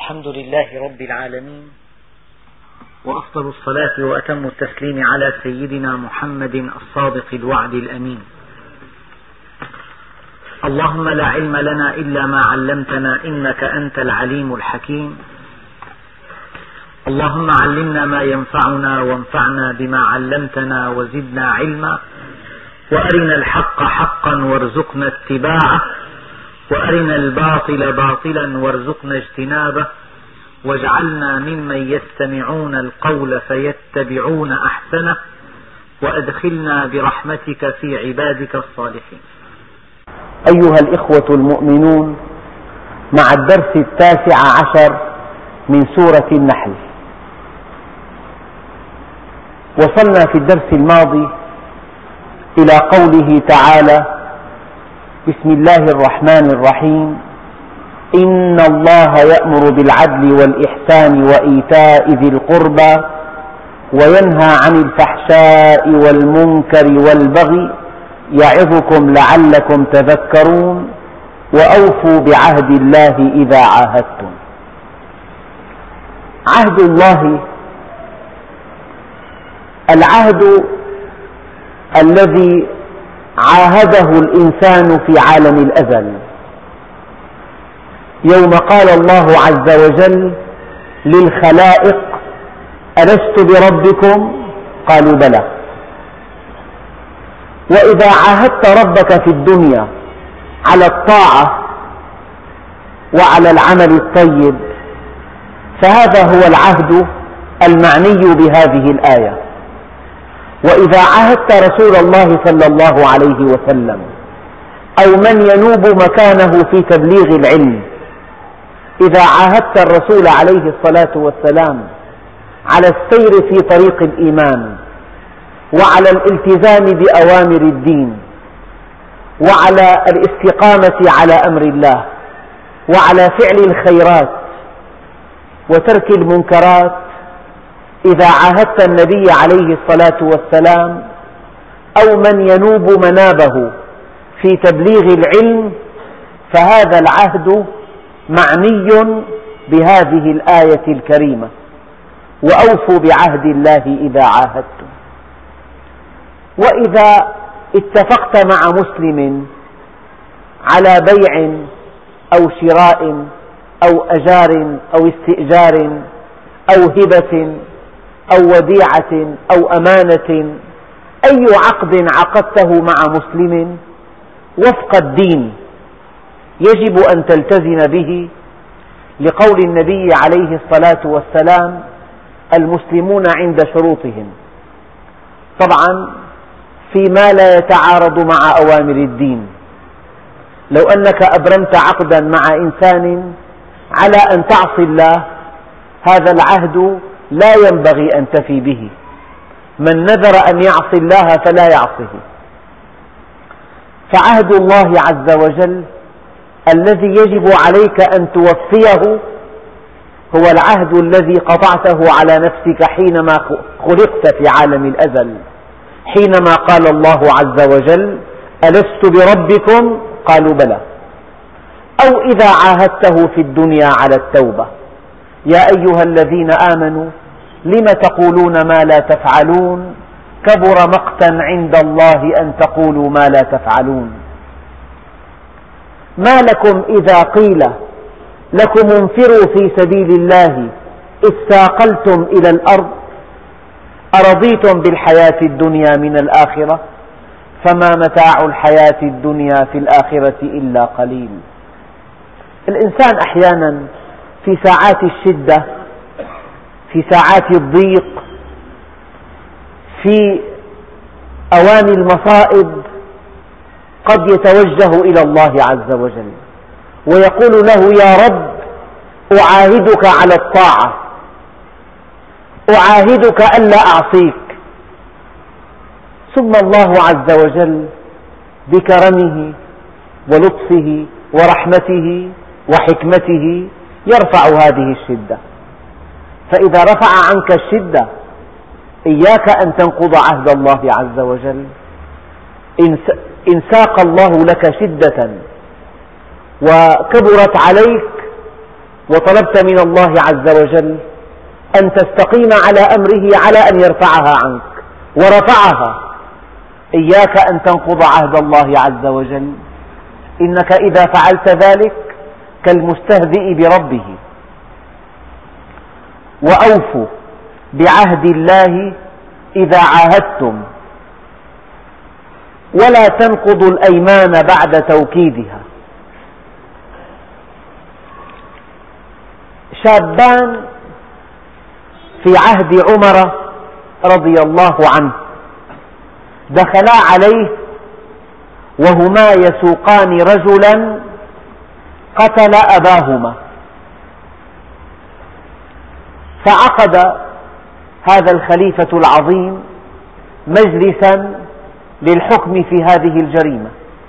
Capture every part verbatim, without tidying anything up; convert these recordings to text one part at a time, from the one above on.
الحمد لله رب العالمين، وأفضل الصلاة وأتم التسليم على سيدنا محمد الصادق الوعد الأمين. اللهم لا علم لنا إلا ما علمتنا إنك أنت العليم الحكيم. اللهم علمنا ما ينفعنا وانفعنا بما علمتنا وزدنا علما، وأرنا الحق حقا وارزقنا اتباعه، وأرنا الباطل باطلا وارزقنا اجتنابه، واجعلنا ممن يستمعون القول فيتبعون أحسنه، وأدخلنا برحمتك في عبادك الصالحين. أيها الإخوة المؤمنون، مع الدرس التاسع عشر من سورة النحل. وصلنا في الدرس الماضي إلى قوله تعالى: بسم الله الرحمن الرحيم، إن الله يأمر بالعدل والإحسان وإيتاء ذي القربى وينهى عن الفحشاء والمنكر والبغي يعظكم لعلكم تذكرون وأوفوا بعهد الله إذا عاهدتم. عهد الله العهد الذي عاهده الإنسان في عالم الأزل، يوم قال الله عز وجل للخلائق: ألست بربكم؟ قالوا بلى. وإذا عاهدت ربك في الدنيا على الطاعة وعلى العمل الطيب فهذا هو العهد المعني بهذه الآية. وإذا عاهدت رسول الله صلى الله عليه وسلم أو من ينوب مكانه في تبليغ العلم، إذا عاهدت الرسول عليه الصلاة والسلام على السير في طريق الإيمان، وعلى الالتزام بأوامر الدين، وعلى الاستقامة على أمر الله، وعلى فعل الخيرات وترك المنكرات، إذا عاهدت النبي عليه الصلاة والسلام أو من ينوب منابه في تبليغ العلم فهذا العهد معني بهذه الآية الكريمة: وأوفوا بعهد الله إذا عاهدتم. وإذا اتفقت مع مسلم على بيع أو شراء أو أجار أو استئجار أو هبة أو وديعة أو أمانة، أي عقد عقدته مع مسلم وفق الدين يجب أن تلتزم به، لقول النبي عليه الصلاة والسلام: المسلمون عند شروطهم. طبعا فيما لا يتعارض مع أوامر الدين. لو أنك أبرمت عقدا مع إنسان على أن تعصي الله، هذا العهد لا ينبغي أن تفي به. من نذر أن يعصي الله فلا يعصه. فعهد الله عز وجل الذي يجب عليك أن توفيه هو العهد الذي قطعته على نفسك حينما خلقت في عالم الأزل، حينما قال الله عز وجل: ألست بربكم؟ قالوا بلى. أو إذا عاهدته في الدنيا على التوبة: يا أيها الذين آمنوا لم تقولون ما لا تفعلون كبر مقتا عند الله أن تقولوا ما لا تفعلون. ما لكم إذا قيل لكم انفروا في سبيل الله اثاقلتم إلى الأرض أرضيتم بالحياة الدنيا من الآخرة فما متاع الحياة الدنيا في الآخرة إلا قليل. الإنسان أحيانا في ساعات الشدة، في ساعات الضيق، في أوان المصائب قد يتوجه إلى الله عز وجل ويقول له: يا رب، أعاهدك على الطاعة، أعاهدك ألا أعصيك. ثم الله عز وجل بكرمه ولطفه ورحمته وحكمته يرفع هذه الشدة. فإذا رفع عنك الشدة إياك أن تنقض عهد الله عز وجل. إن ساق الله لك شدة وكبرت عليك وطلبت من الله عز وجل أن تستقيم على أمره على أن يرفعها عنك، ورفعها. إياك أن تنقض عهد الله عز وجل، إنك إذا فعلت ذلك كالمستهزئ بربه. وأوفوا بعهد الله إذا عاهدتم، ولا تنقضوا الأيمان بعد توكيدها. شابان في عهد عمر رضي الله عنه دخلا عليه وهما يسوقان رجلا قتل أباهما، فعقد هذا الخليفة العظيم مجلسا للحكم في هذه الجريمة،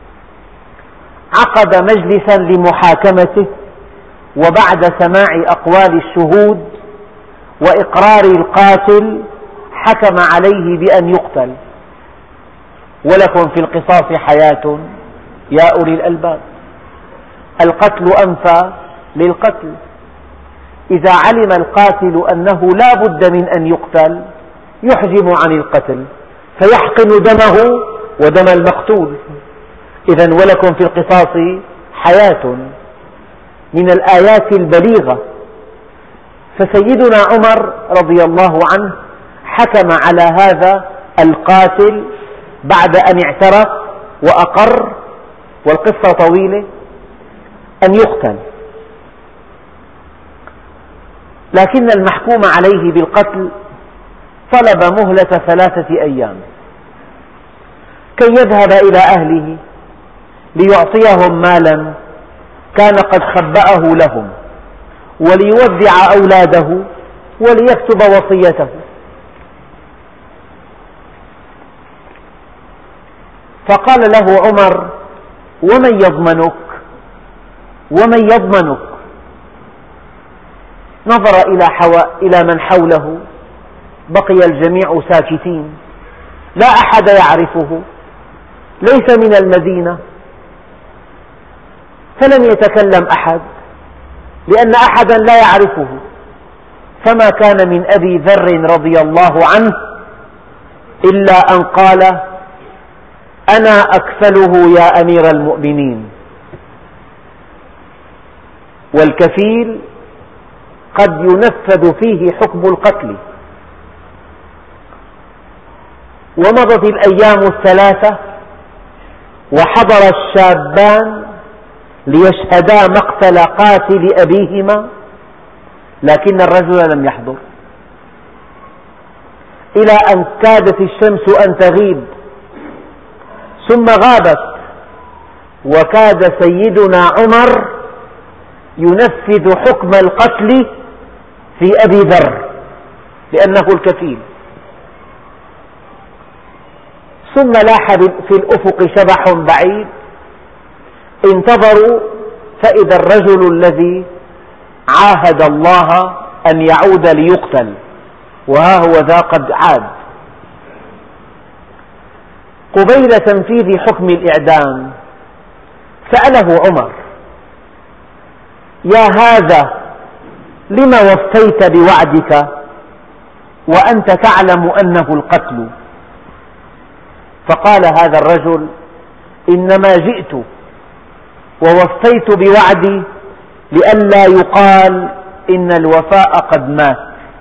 عقد مجلسا لمحاكمته، وبعد سماع أقوال الشهود وإقرار القاتل حكم عليه بأن يقتل. ولكم في القصاص حياة يا أولي الألباب، القتل أنفى للقتل. إذا علم القاتل أنه لا بد من أن يقتل يحجم عن القتل فيحقن دمه ودم المقتول. إذن ولكم في القصاص حياة من الآيات البليغة. فسيدنا عمر رضي الله عنه حكم على هذا القاتل بعد أن اعترف وأقر، والقصة طويلة، أن يقتل. لكن المحكوم عليه بالقتل طلب مهلة ثلاثة أيام كي يذهب إلى أهله ليعطيهم مالا كان قد خبأه لهم، وليودع أولاده، وليكتب وصيته. فقال له عمر: ومن يضمنك ومن يضمنك؟ نظر إلى, حو... إلى من حوله، بقي الجميع ساكتين، لا أحد يعرفه، ليس من المدينة، فلم يتكلم أحد لأن أحدا لا يعرفه. فما كان من أبي ذر رضي الله عنه إلا أن قال: أنا أكفله يا أمير المؤمنين. والكفيل قد ينفذ فيه حكم القتل. ومضت الأيام الثلاثة وحضر الشابان ليشهدا مقتل قاتل أبيهما، لكن الرجل لم يحضر، إلى أن كادت الشمس أن تغيب، ثم غابت، وكاد سيدنا عمر ينفذ حكم القتل في أبي ذر لأنه الكفيل. ثم لاح في الأفق شبح بعيد، انتظروا فإذا الرجل الذي عاهد الله أن يعود ليقتل، وها هو ذا قد عاد. قبيل تنفيذ حكم الإعدام سأله عمر: يا هذا، لم وفيت بوعدك وأنت تعلم أنه القتل؟ فقال هذا الرجل: إنما جئت ووفيت بوعدي لئلا يقال إن الوفاء قد مات.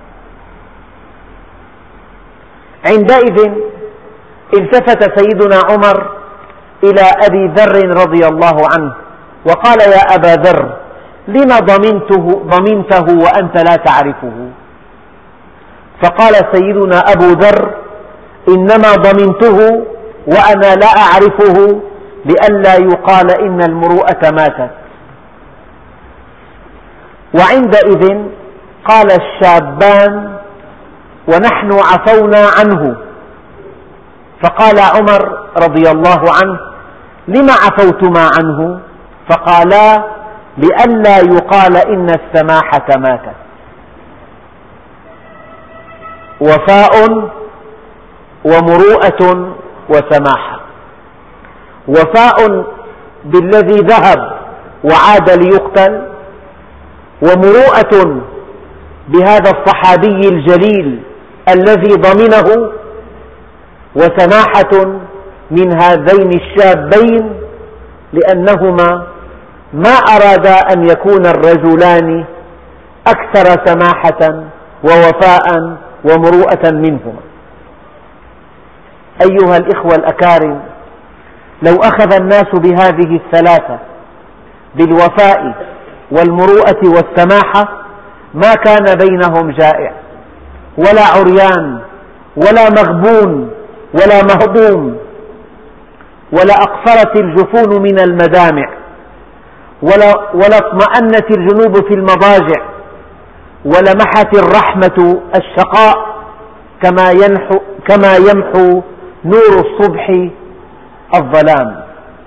عندئذ التفت سيدنا عمر إلى أبي ذر رضي الله عنه وقال: يا أبا ذر، لم ضمنته, ضمنته وأنت لا تعرفه؟ فقال سيدنا أبو ذر: إنما ضمنته وأنا لا أعرفه لئلا يقال إن المروءة ماتت. وعندئذ قال الشابان: ونحن عفونا عنه. فقال عمر رضي الله عنه: لم عفوتما عنه؟ فقالا: لئلا يقال إن السماحة ماتت. وفاء ومروءة وسماحة. وفاء بالذي ذهب وعاد ليقتل، ومروءة بهذا الصحابي الجليل الذي ضمنه، وسماحة من هذين الشابين، لأنهما ما أرادا أن يكون الرجلان أكثر سماحة ووفاء ومروءة منهما. أيها الإخوة الأكارم، لو أخذ الناس بهذه الثلاثة بالوفاء والمروءة والسماحة ما كان بينهم جائع ولا عريان ولا مغبون ولا مهضوم، ولا أقصرت الجفون من المدامع، ولا, ولا اطمأنت الجنوب في المضاجع، ولمحت الرحمة الشقاء كما يمحو, كما يمحو نور الصبح الظلام.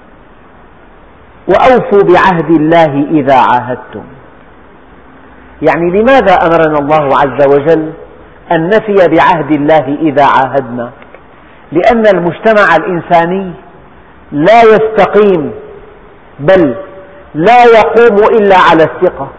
وأوفوا بعهد الله إذا عاهدتم. يعني لماذا أمرنا الله عز وجل أن نفي بعهد الله إذا عاهدنا؟ لأن المجتمع الإنساني لا يستقيم بل لا يقوم إلا على الثقة.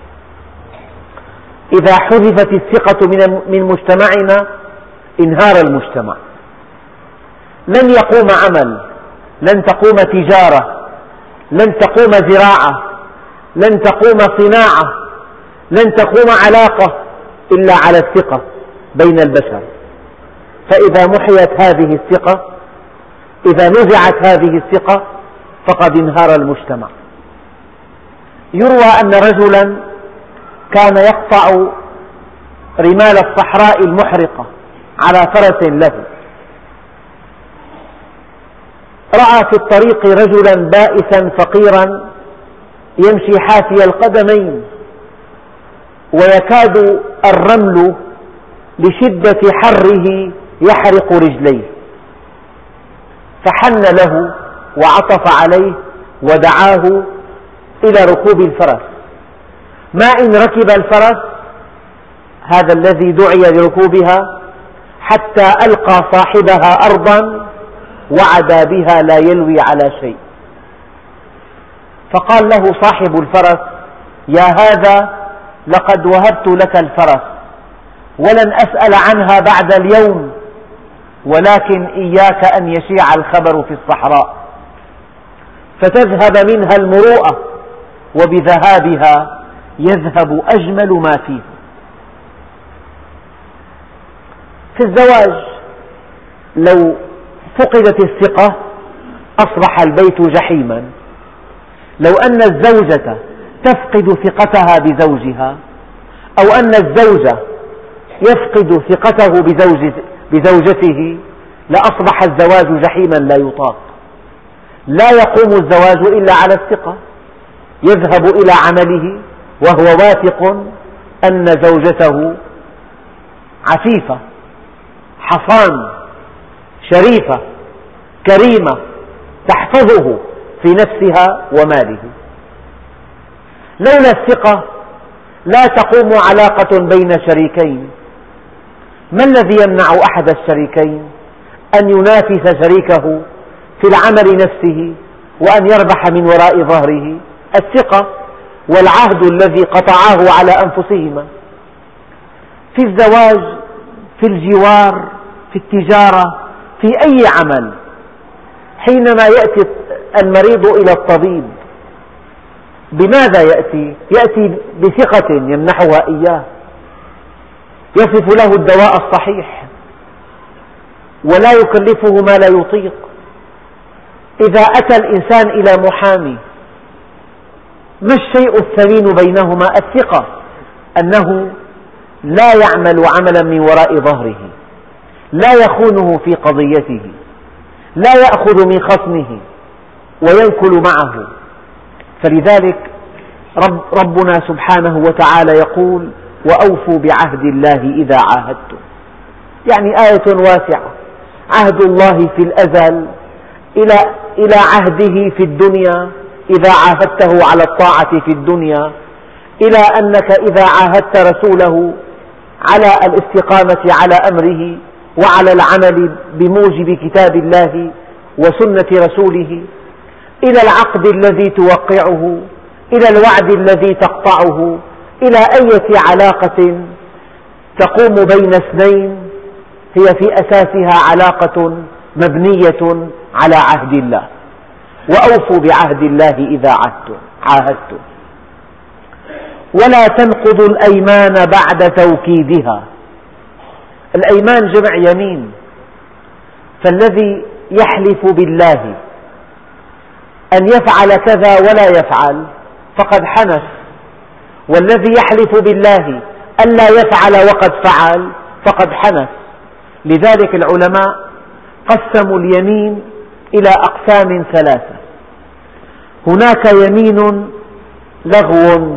إذا حذفت الثقة من مجتمعنا انهار المجتمع، لن يقوم عمل، لن تقوم تجارة، لن تقوم زراعة، لن تقوم صناعة، لن تقوم علاقة إلا على الثقة بين البشر. فإذا محيت هذه الثقة، إذا نزعت هذه الثقة فقد انهار المجتمع. يروى أن رجلا كان يقطع رمال الصحراء المحرقة على فرس له، رأى في الطريق رجلا بائسا فقيرا يمشي حافي القدمين، ويكاد الرمل لشدة حره يحرق رجليه، فحن له وعطف عليه ودعاه إلى ركوب الفرس. ما إن ركب الفرس هذا الذي دعي لركوبها حتى ألقى صاحبها أرضا وعدا بها لا يلوي على شيء. فقال له صاحب الفرس: يا هذا، لقد وهبت لك الفرس ولن أسأل عنها بعد اليوم، ولكن إياك أن يشيع الخبر في الصحراء فتذهب منها المروءة، وبذهابها يذهب أجمل ما فيه. في الزواج لو فقدت الثقة أصبح البيت جحيما. لو أن الزوجة تفقد ثقتها بزوجها، أو أن الزوج يفقد ثقته بزوجته، لأصبح الزواج جحيما لا يطاق. لا يقوم الزواج إلا على الثقة. يذهب إلى عمله وهو واثق أن زوجته عفيفة، حصان، شريفة، كريمة، تحفظه في نفسها وماله. لولا الثقة لا تقوم علاقة بين شريكين. ما الذي يمنع أحد الشريكين أن ينافس شريكه في العمل نفسه وأن يربح من وراء ظهره؟ الثقة والعهد الذي قطعاه على أنفسهما. في الزواج، في الجوار، في التجارة، في أي عمل، حينما يأتي المريض إلى الطبيب بماذا يأتي؟ يأتي بثقة يمنحها إياه، يصف له الدواء الصحيح ولا يكلفه ما لا يطيق. إذا أتى الإنسان إلى محامي، ما الشيء الثمين بينهما؟ الثقة، أنه لا يعمل عملا من وراء ظهره، لا يخونه في قضيته، لا يأخذ من خصمه وينكل معه. فلذلك رب ربنا سبحانه وتعالى يقول: وأوفوا بعهد الله إذا عاهدتم. يعني آية واسعة. عهد الله في الأزل إلى إلى عهده في الدنيا إذا عاهدته على الطاعة في الدنيا، إلى أنك إذا عاهدت رسوله على الاستقامة على أمره وعلى العمل بموجب كتاب الله وسنة رسوله، إلى العقد الذي توقعه، إلى الوعد الذي تقطعه، إلى أية علاقة تقوم بين اثنين هي في أساسها علاقة مبنية على عهد الله، وأوفوا بعهد الله إذا عهدتم عاهدتم. ولا تنقضوا الأيمان بعد توكيدها. الأيمان جمع يمين، فالذي يحلف بالله أن يفعل كذا ولا يفعل فقد حنث، والذي يحلف بالله ألا يفعل وقد فعل فقد حنث. لذلك العلماء قسموا اليمين إلى أقسام ثلاثة. هناك يمين لغو،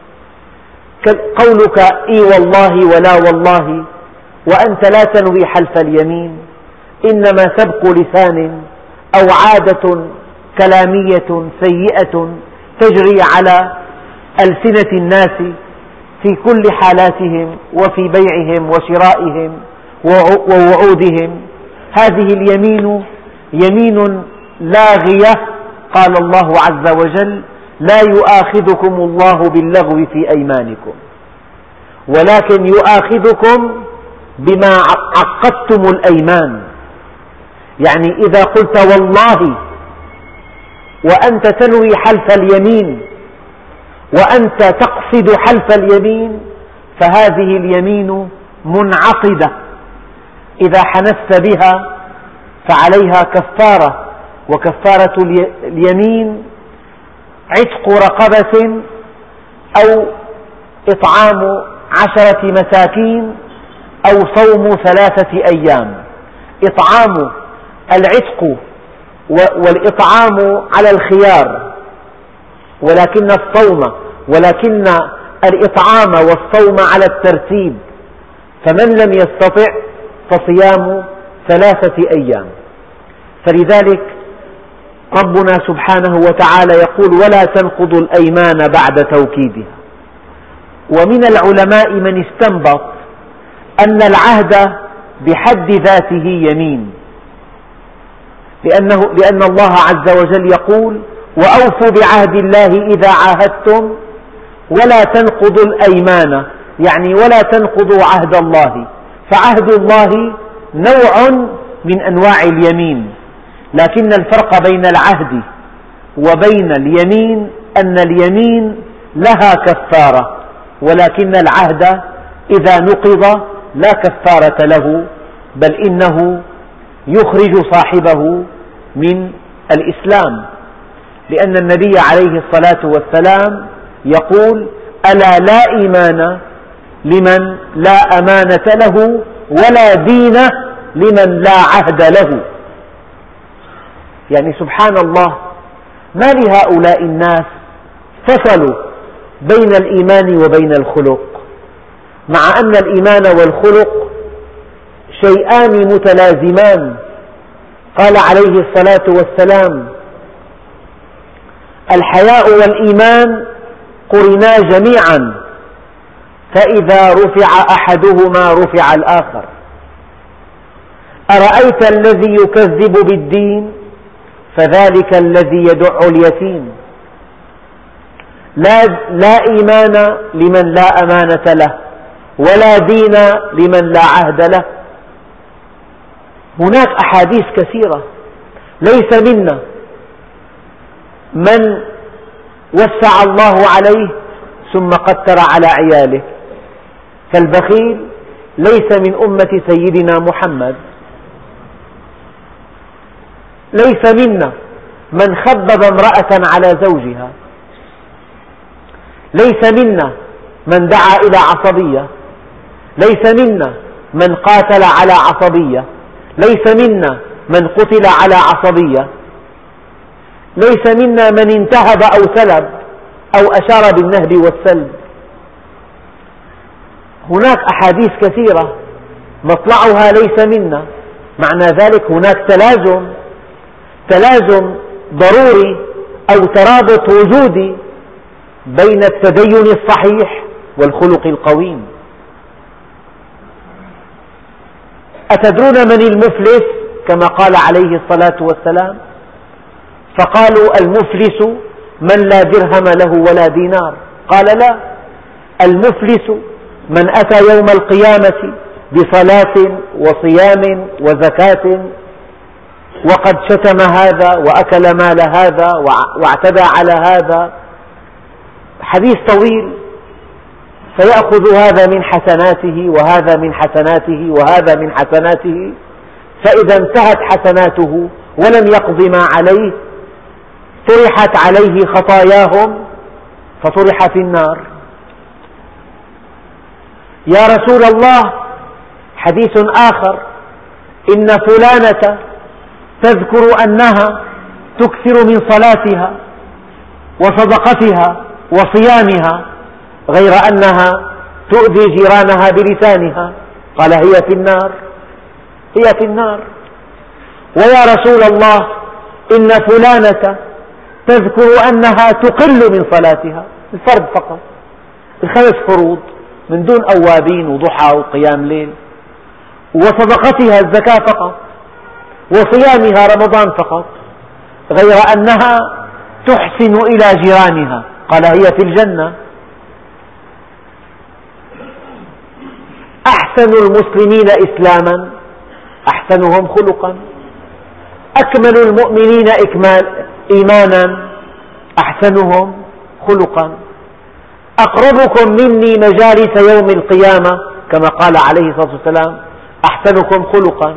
قولك إي والله ولا والله وأنت لا تنوي حلف اليمين، إنما سبق لسان أو عادة كلامية سيئة تجري على ألسنة الناس في كل حالاتهم وفي بيعهم وشرائهم ووعودهم. هذه اليمين يمين لاغية. قال الله عز وجل: لا يؤاخذكم الله باللغو في أيمانكم ولكن يؤاخذكم بما عقدتم الأيمان. يعني إذا قلت والله وأنت تنوي حلف اليمين وأنت تقصد حلف اليمين فهذه اليمين منعقدة، إذا حنثت بها فعليها كفارة، وكفارة اليمين عتق رقبة أو إطعام عشرة مساكين أو صوم ثلاثة أيام. إطعام العتق والإطعام على الخيار، ولكن الصوم ولكن الإطعام والصوم على الترتيب، فمن لم يستطع فصيام ثلاثة أيام. فلذلك ربنا سبحانه وتعالى يقول: ولا تنقضوا الأيمان بعد توكيدها. ومن العلماء من استنبط أن العهد بحد ذاته يمين، لأنه لأن الله عز وجل يقول: وأوفوا بعهد الله إذا عاهدتم ولا تنقضوا الأيمان، يعني ولا تنقضوا عهد الله. فعهد الله نوع من أنواع اليمين، لكن الفرق بين العهد وبين اليمين أن اليمين لها كفارة، ولكن العهد إذا نقض لا كفارة له، بل إنه يخرج صاحبه من الإسلام، لأن النبي عليه الصلاة والسلام يقول: ألا لا إيمان لمن لا أمانة له ولا دين لمن لا عهد له. يعني سبحان الله، ما لهؤلاء الناس فصلوا بين الإيمان وبين الخلق، مع أن الإيمان والخلق شيئان متلازمان. قال عليه الصلاة والسلام: الحياء والإيمان قرنا جميعا، فإذا رفع أحدهما رفع الآخر. أرأيت الذي يكذب بالدين فذلك الذي يدع اليتيم. لا, لا إيمان لمن لا أمانة له ولا دين لمن لا عهد له. هناك أحاديث كثيرة: ليس منا من وسع الله عليه ثم قتر على عياله، فالبخيل ليس من أمة سيدنا محمد. ليس منا من خبب امرأة على زوجها، ليس منا من دعا إلى عصبية، ليس منا من قاتل على عصبية، ليس منا من قتل على عصبية، ليس منا من انتهب أو سلب أو أشار بالنهب والسلب. هناك أحاديث كثيرة مطلعها ليس منا، معنى ذلك هناك تلازم تلازم ضروري أو ترابط وجودي بين التدين الصحيح والخلق القويم. أتدرون من المفلس؟ كما قال عليه الصلاة والسلام، فقالوا: المفلس من لا درهم له ولا دينار. قال: لا، المفلس من أتى يوم القيامة بصلاة وصيام وزكاة وقد شتم هذا وأكل مال هذا واعتدى على هذا، حديث طويل، فيأخذ هذا من حسناته وهذا من حسناته وهذا من حسناته، فإذا انتهت حسناته ولم يقض ما عليه طرحت عليه خطاياهم فطرح في النار. يا رسول الله، حديث آخر، إن فلانة تذكر أنها تكثر من صلاتها وصدقتها وصيامها غير أنها تؤذي جيرانها بلسانها، قال هي في النار، هي في النار. ويا رسول الله، إن فلانة تذكر أنها تقل من صلاتها، الفرض فقط، الخمس فروض من دون أوابين وضحى وقيام ليل، وصدقتها الزكاة فقط، وصيامها رمضان فقط، غير أنها تحسن إلى جيرانها، قال هي في الجنة. أحسن المسلمين إسلاما أحسنهم خلقا، أكمل المؤمنين إكمال إيمانا أحسنهم خلقا، أقربكم مني مجالس يوم القيامة كما قال عليه الصلاة والسلام أحسنكم خلقا.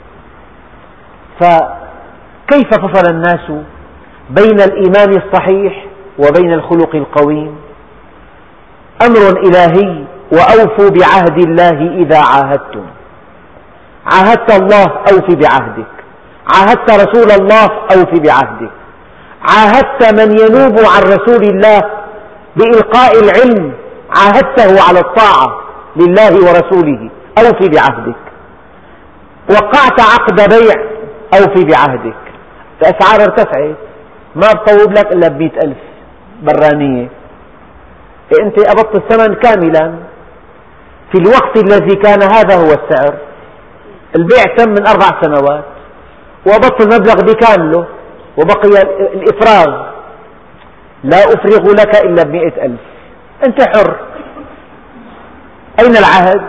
فكيف فصل الناس بين الإيمان الصحيح وبين الخلق القويم؟ أمر إلهي، وأوفوا بعهد الله إذا عاهدتم. عاهدت الله أوف بعهدك، عاهدت رسول الله أوف بعهدك، عاهدت من ينوب عن رسول الله بإلقاء العلم عاهدته على الطاعة لله ورسوله أوف بعهدك، وقعت عقد بيع أوف بعهدك. الأسعار ارتفعت، ما بطوب لك إلا بمئة ألف برانية، أنت أبطت الثمن كاملا في الوقت الذي كان هذا هو السعر، البيع تم من أربع سنوات وأبطت المبلغ بكامله وبقي الإفراغ، لا أفرغ لك إلا بمئة ألف، أنت حر. أين العهد؟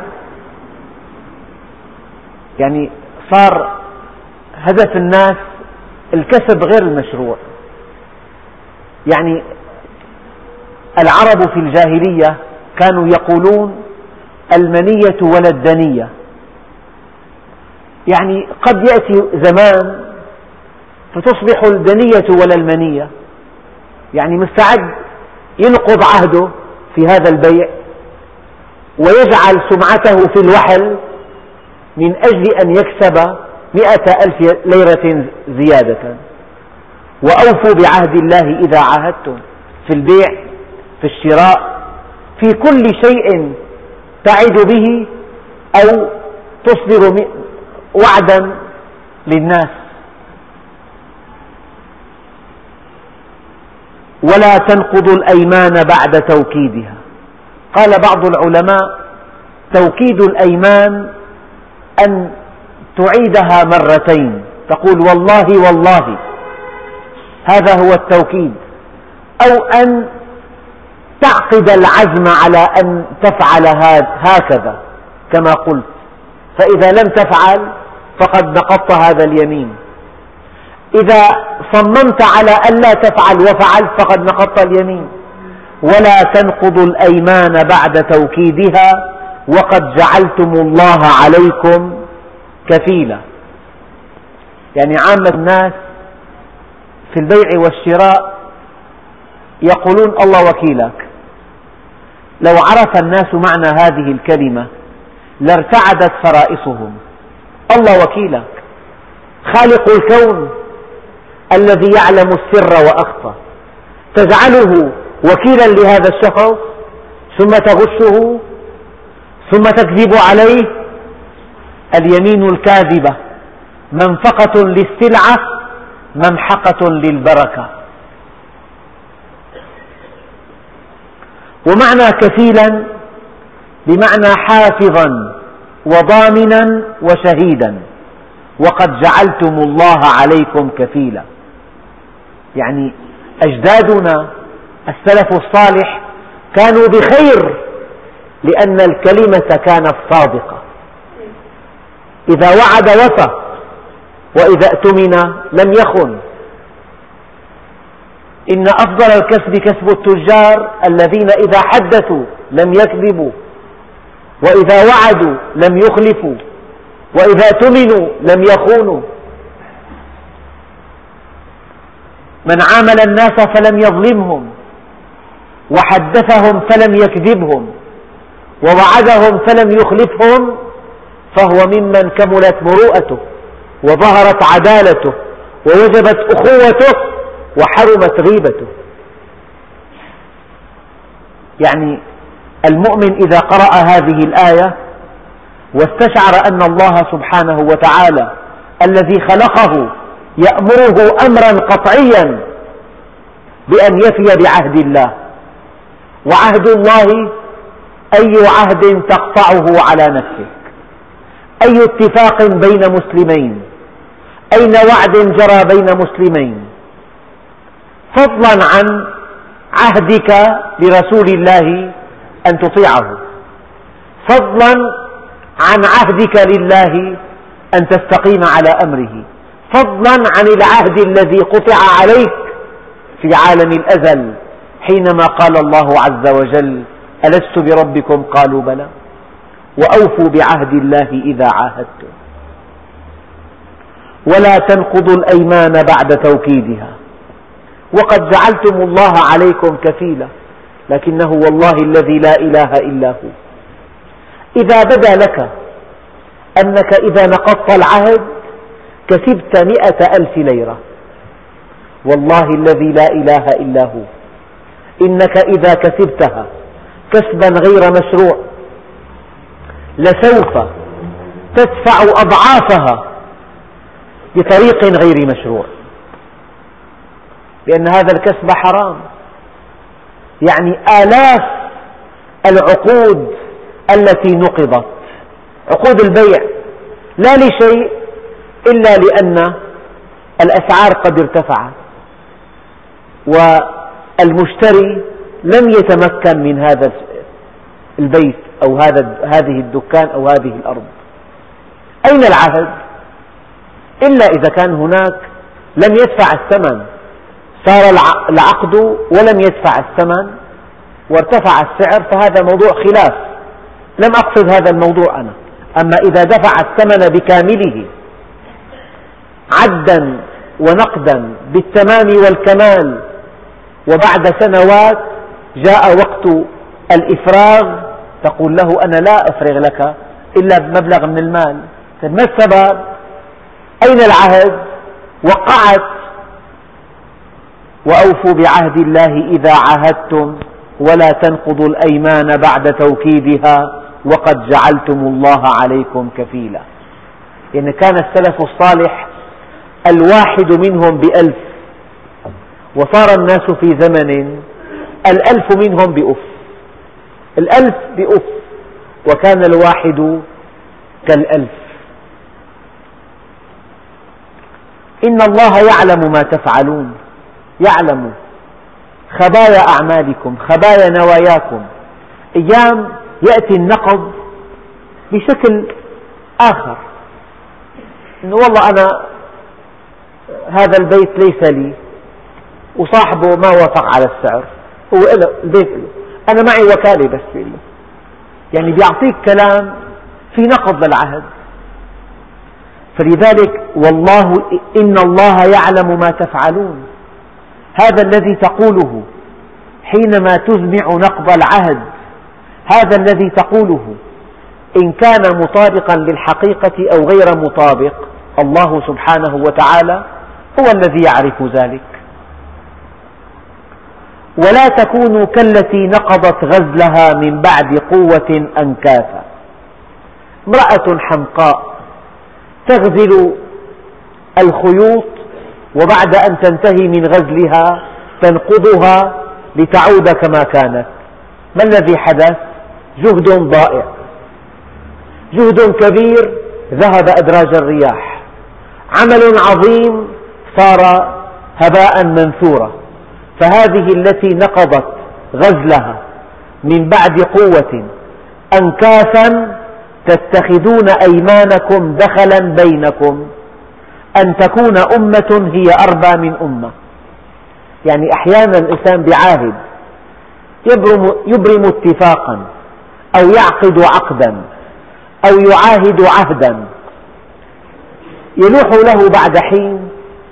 يعني صار هدف الناس الكسب غير المشروع. يعني العرب في الجاهلية كانوا يقولون المنية ولا الدنية، يعني قد يأتي زمان فتصبح الدنية ولا المنية، يعني مستعد ينقض عهده في هذا البيع ويجعل سمعته في الوحل من أجل أن يكسب مئة ألف ليرة زيادة. وأوفوا بعهد الله إذا عاهدتم، في البيع، في الشراء، في كل شيء تعد به أو تصدر وعدا للناس. ولا تنقضوا الأيمان بعد توكيدها. قال بعض العلماء توكيد الأيمان أن تعيدها مرتين، تقول والله والله، هذا هو التوكيد، أو أن تعقد العزم على أن تفعل هكذا كما قلت، فإذا لم تفعل فقد نقضت هذا اليمين. إذا صممت على أن لا تفعل وفعلت فقد نقضت اليمين. ولا تنقضوا الأيمان بعد توكيدها وقد جعلتم الله عليكم كفيلا. يعني عامة الناس في البيع والشراء يقولون الله وكيلك. لو عرف الناس معنى هذه الكلمة لارتعدت فرائصهم. الله وكيلك، خالق الكون الذي يعلم السر وأخفى، تجعله وكيلا لهذا الشخص ثم تغشه ثم تكذب عليه. اليمين الكاذبة منفقة للسلعة ممحقة للبركة. ومعنى كفيلا بمعنى حافظا وضامنا وشهيدا. وقد جعلتم الله عليكم كفيلا، يعني أجدادنا السلف الصالح كانوا بخير لأن الكلمة كانت صادقة، إذا وعد وفى، وإذا اؤتمن لم يخن. إن أفضل الكسب كسب التجار الذين إذا حدثوا لم يكذبوا، وإذا وعدوا لم يخلفوا، وإذا اؤتمنوا لم يخونوا. من عامل الناس فلم يظلمهم، وحدثهم فلم يكذبهم، ووعدهم فلم يخلفهم، فهو ممن كملت مروءته، وظهرت عدالته، ووجبت أخوته، وحرمت غيبته. يعني المؤمن إذا قرأ هذه الآية واستشعر أن الله سبحانه وتعالى الذي خلقه يأمره أمرا قطعيا بأن يفي بعهد الله، وعهد الله أي عهد تقطعه على نفسك، أي اتفاق بين مسلمين، أين وعد جرى بين مسلمين، فضلا عن عهدك لرسول الله أن تطيعه، فضلا عن عهدك لله أن تستقيم على أمره، فضلا عن العهد الذي قطع عليك في عالم الأزل حينما قال الله عز وجل: ألست بربكم؟ قالوا بلى، وأوفوا بعهد الله إذا عاهدتم، ولا تنقضوا الأيمان بعد توكيدها، وقد جعلتم الله عليكم كفيلا، لكنه والله الذي لا إله إلا هو. إذا بدا لك أنك إذا نقضت العهد كسبت مئة ألف ليرة، والله الذي لا إله إلا هو إنك إذا كسبتها كسبا غير مشروع لسوف تدفع أضعافها بطريق غير مشروع، لأن هذا الكسب حرام. يعني آلاف العقود التي نقضت، عقود البيع، لا لشيء إلا لأن الأسعار قد ارتفعت والمشتري لم يتمكن من هذا البيت أو هذه الدكان أو هذه الأرض. أين العهد؟ إلا إذا كان هناك لم يدفع الثمن، صار العقد ولم يدفع الثمن وارتفع السعر، فهذا موضوع خلاف، لم أقصد هذا الموضوع أنا. أما إذا دفع الثمن بكامله عدا ونقدا بالتمام والكمال، وبعد سنوات جاء وقت الإفراغ تقول له: أنا لا أفرغ لك إلا بمبلغ من المال. ما السبب؟ أين العهد؟ وقعت: وأوفوا بعهد الله إذا عاهدتم ولا تنقضوا الأيمان بعد توكيدها وقد جعلتم الله عليكم كفيلا. يعني كان السلف الصالح الواحد منهم بألف، وصار الناس في زمن الألف منهم بأف، الألف بأف، وكان الواحد كالألف. إن الله يعلم ما تفعلون، يعلم خبايا أعمالكم، خبايا نواياكم. أيام يأتي النقض بشكل آخر، إنه والله أنا هذا البيت ليس لي، وصاحبه ما وافق على السعر، هو له البيت له، أنا معي وكالة بس له، يعني بيعطيك كلام في نقض للعهد. فلذلك والله إن الله يعلم ما تفعلون، هذا الذي تقوله حينما تزمع نقض العهد، هذا الذي تقوله إن كان مطابقا للحقيقة أو غير مطابق، الله سبحانه وتعالى هو الذي يعرف ذلك. ولا تكونوا كالتي نقضت غزلها من بعد قوة أنكاثا. امرأة حمقاء تغزل الخيوط وبعد أن تنتهي من غزلها تنقضها لتعود كما كانت. ما الذي حدث؟ جهد ضائع، جهد كبير ذهب أدراج الرياح، عمل عظيم صار هباء منثورا. فهذه التي نقضت غزلها من بعد قوة أنكاثا تتخذون أيمانكم دخلا بينكم أن تكون أمة هي أربى من أمة. يعني أحيانا الإنسان بعاهد يبرم, يبرم اتفاقا أو يعقد عقدا أو يعاهد عهدا، يلوح له بعد حين،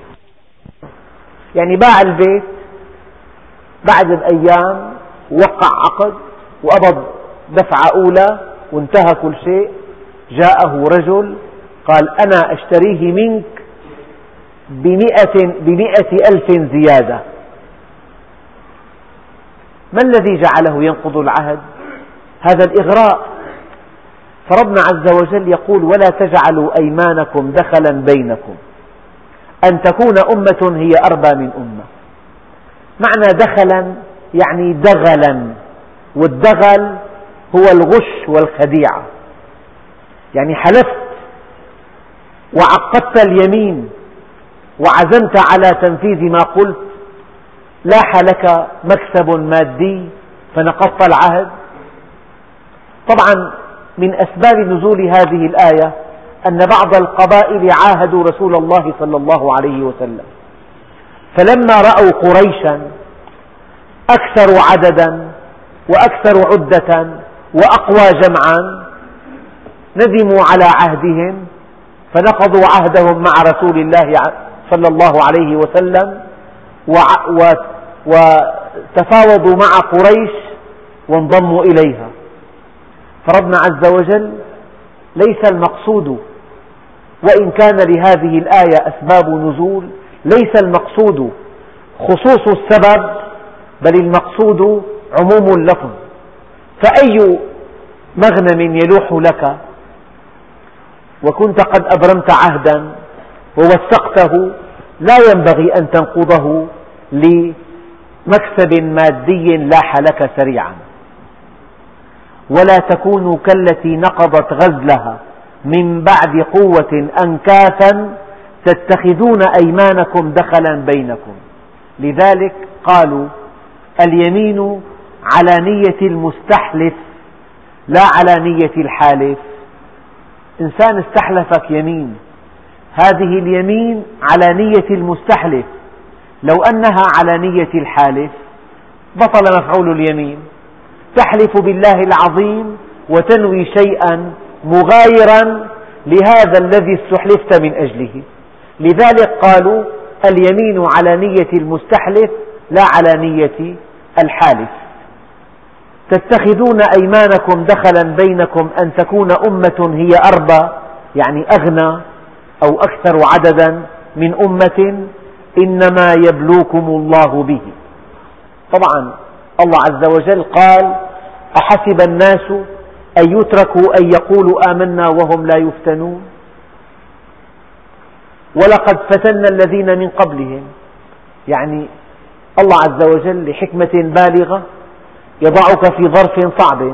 يعني باع البيت بعد بأيام وقع عقد وقبض دفعة أولى وانتهى كل شيء، جاءه رجل قال أنا أشتريه منك بمئة, بمئة ألف زيادة. ما الذي جعله ينقض العهد؟ هذا الإغراء. فربنا عز وجل يقول ولا تجعلوا أيمانكم دخلا بينكم أن تكون أمة هي أربى من أمة. معنى دخلا يعني دغلا، والدغل هو الغش والخديعة. يعني حلفت وعقدت اليمين وعزمت على تنفيذ ما قلت، لاح لك مكسب مادي فنقضت العهد. طبعا من أسباب نزول هذه الآية أن بعض القبائل عاهدوا رسول الله صلى الله عليه وسلم، فلما رأوا قريشا أكثر عددا وأكثر عدة وأقوى جمعا ندموا على عهدهم فنقضوا عهدهم مع رسول الله صلى الله عليه وسلم وتفاوضوا مع قريش وانضموا إليها. فربنا عز وجل ليس المقصود، وإن كان لهذه الآية أسباب نزول، ليس المقصود خصوص السبب بل المقصود عموم اللفظ. فأي مغنم يلوح لك وكنت قد أبرمت عهدا ووثقته لا ينبغي أن تنقضه لمكسب مادي لاح لك سريعا. ولا تكونوا كالتي نقضت غزلها من بعد قوة أنكاثا تتخذون أيمانكم دخلا بينكم. لذلك قالوا اليمين على نية المستحلف لا على نية الحالف. إنسان استحلفك يمين، هذه اليمين على نية المستحلف، لو أنها على نية الحالف بطل مفعول اليمين. تحلف بالله العظيم وتنوي شيئا مغايرا لهذا الذي استحلفت من أجله. لذلك قالوا اليمين على نية المستحلف لا على نية الحالف. تتخذون أيمانكم دخلا بينكم أن تكون أمة هي أربى يعني أغنى أو أكثر عددا من أمة إنما يبلوكم الله به. طبعا الله عز وجل قال أحسب الناس أن يتركوا أن يقولوا آمنا وهم لا يفتنون ولقد فتنا الذين من قبلهم. يعني الله عز وجل لحكمة بالغة يضعك في ظرف صعب،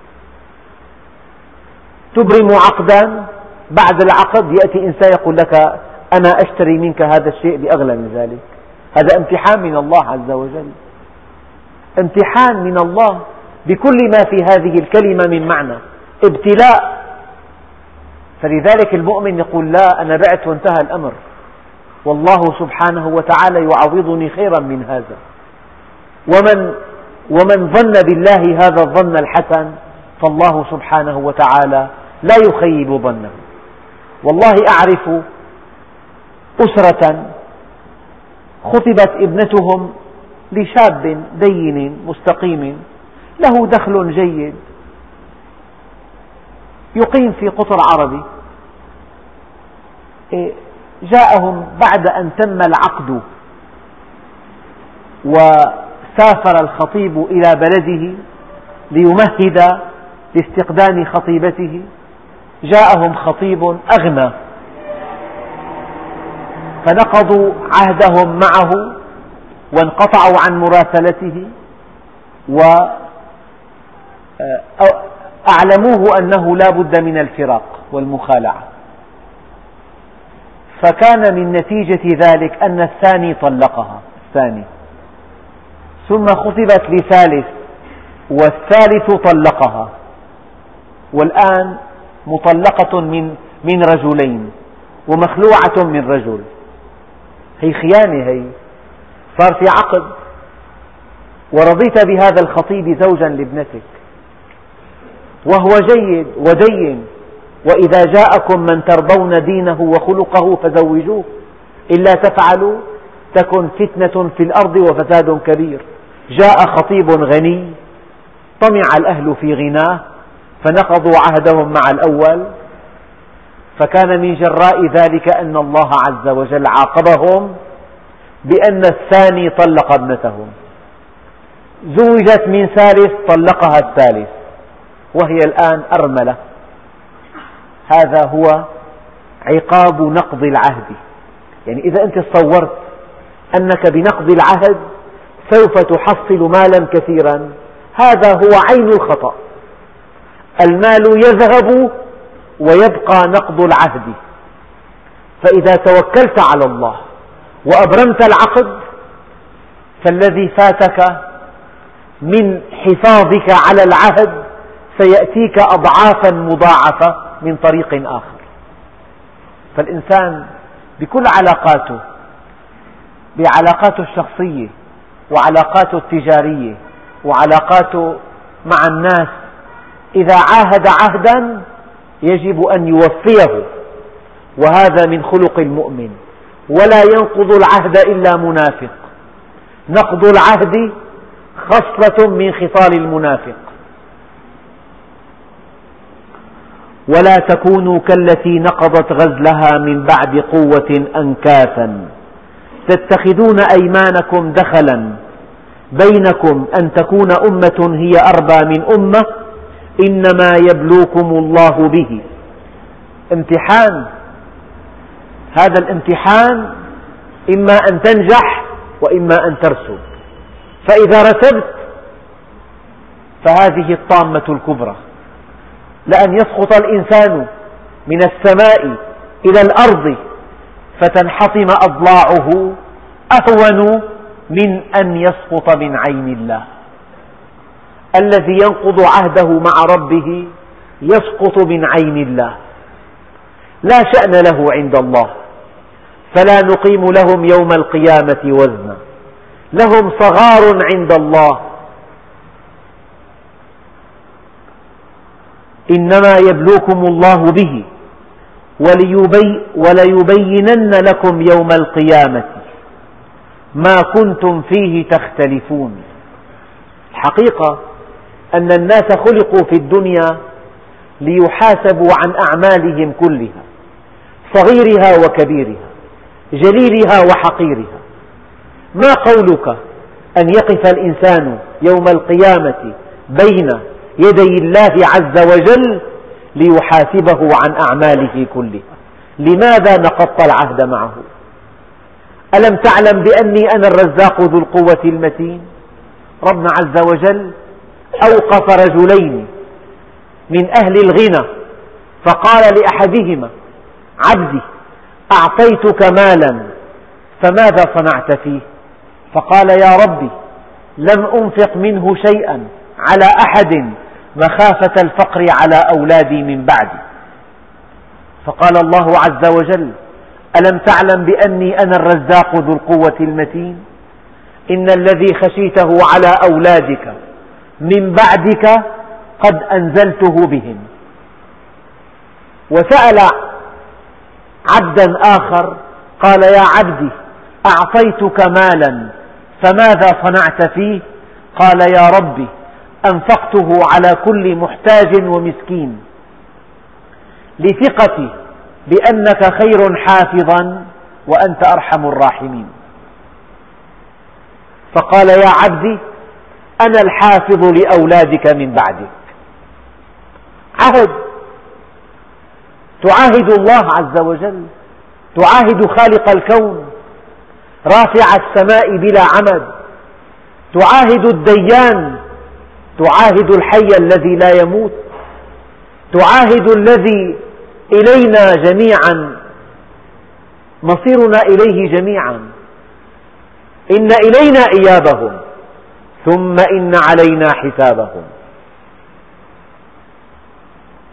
تبرم عقدا، بعد العقد يأتي إنسان يقول لك أنا أشتري منك هذا الشيء بأغلى من ذلك. هذا امتحان من الله عز وجل، امتحان من الله بكل ما في هذه الكلمة من معنى، ابتلاء. فلذلك المؤمن يقول لا أنا بعت وانتهى الأمر، والله سبحانه وتعالى يعوضني خيرا من هذا. ومن ومن ظن بالله هذا الظن الحسن فالله سبحانه وتعالى لا يخيب ظنه. والله أعرف أسرة خطبت ابنتهم لشاب دين مستقيم له دخل جيد يقيم في قطر عربي. جاءهم بعد أن تم العقد وسافر الخطيب إلى بلده ليمهد لاستقدام خطيبته، جاءهم خطيب أغنى فنقضوا عهدهم معه وانقطعوا عن مراسلته وأعلموه أنه لا بد من الفراق والمخالعة. فكان من نتيجة ذلك أن الثاني طلقها الثاني، ثم خطبت لثالث والثالث طلقها، والآن مطلقة من من رجلين ومخلوعة من رجل، هي خيانة، هي صار في عقد، ورضيت بهذا الخطيب زوجا لابنتك وهو جيد ودين، وإذا جاءكم من ترضون دينه وخلقه فزوجوه، إلا تفعلوا تكن فتنة في الأرض وفساد كبير. جاء خطيب غني طمع الأهل في غناه فنقضوا عهدهم مع الأول، فكان من جراء ذلك أن الله عز وجل عاقبهم بأن الثاني طلق ابنته، زوجت من ثالث طلقها الثالث وهي الآن أرملة. هذا هو عقاب نقض العهد. يعني إذا أنت تصورت أنك بنقض العهد سوف تحصل مالا كثيرا، هذا هو عين الخطأ. المال يذهب ويبقى نقض العهد. فإذا توكلت على الله وأبرمت العقد فالذي فاتك من حفاظك على العهد سيأتيك أضعافا مضاعفة من طريق آخر. فالإنسان بكل علاقاته، بعلاقاته الشخصية وعلاقاته التجارية وعلاقاته مع الناس، إذا عاهد عهدا يجب أن يوفيه، وهذا من خلق المؤمن. ولا ينقض العهد إلا منافق، نقض العهد خصلة من خصال المنافق. ولا تكونوا كالتي نقضت غزلها من بعد قوة أنكاثا تتخذون أيمانكم دخلا بينكم أن تكون أمة هي أربى من أمة إنما يبلوكم الله به. امتحان، هذا الامتحان إما أن تنجح وإما أن ترسب، فإذا رسبت فهذه الطامة الكبرى، لأن يسقط الإنسان من السماء إلى الأرض فتنحطم أضلاعه أهون من أن يسقط من عين الله. الذي ينقض عهده مع ربه يسقط من عين الله، لا شأن له عند الله، فلا نقيم لهم يوم القيامة وزنا، لهم صغار عند الله، إنما يبلوكم الله به وليبي وليبينن لكم يوم القيامة ما كنتم فيه تختلفون. الحقيقة أن الناس خلقوا في الدنيا ليحاسبوا عن أعمالهم كلها، صغيرها وكبيرها، جليلها وحقيرها. ما قولك أن يقف الإنسان يوم القيامة بين يدي الله عز وجل ليحاسبه عن أعماله كلها؟ لماذا نقضت العهد معه؟ ألم تعلم بأني أنا الرزاق ذو القوة المتين؟ ربنا عز وجل أوقف رجلين من أهل الغنى فقال لأحدهما: عبدي أعطيتك مالا فماذا صنعت فيه؟ فقال: يا ربي لم أنفق منه شيئا على أحد مخافة الفقر على أولادي من بعدي. فقال الله عز وجل: ألم تعلم بأني أنا الرزاق ذو القوة المتين؟ إن الذي خشيته على أولادك من بعدك قد أنزلته بهم. وسأل عبدا آخر قال: يا عبدي أعطيتك مالا فماذا صنعت فيه؟ قال: يا ربي أنفقته على كل محتاج ومسكين، لثقتي بأنك خير حافظا وأنت أرحم الراحمين. فقال: يا عبدي أنا الحافظ لأولادك من بعدك. عهد، تعاهد الله عز وجل، تعاهد خالق الكون رافع السماء بلا عمد، تعاهد الديان، تعاهد الحي الذي لا يموت، تعاهد الذي إلينا جميعا مصيرنا إليه جميعا. إن إلينا إيابهم ثم إن علينا حسابهم.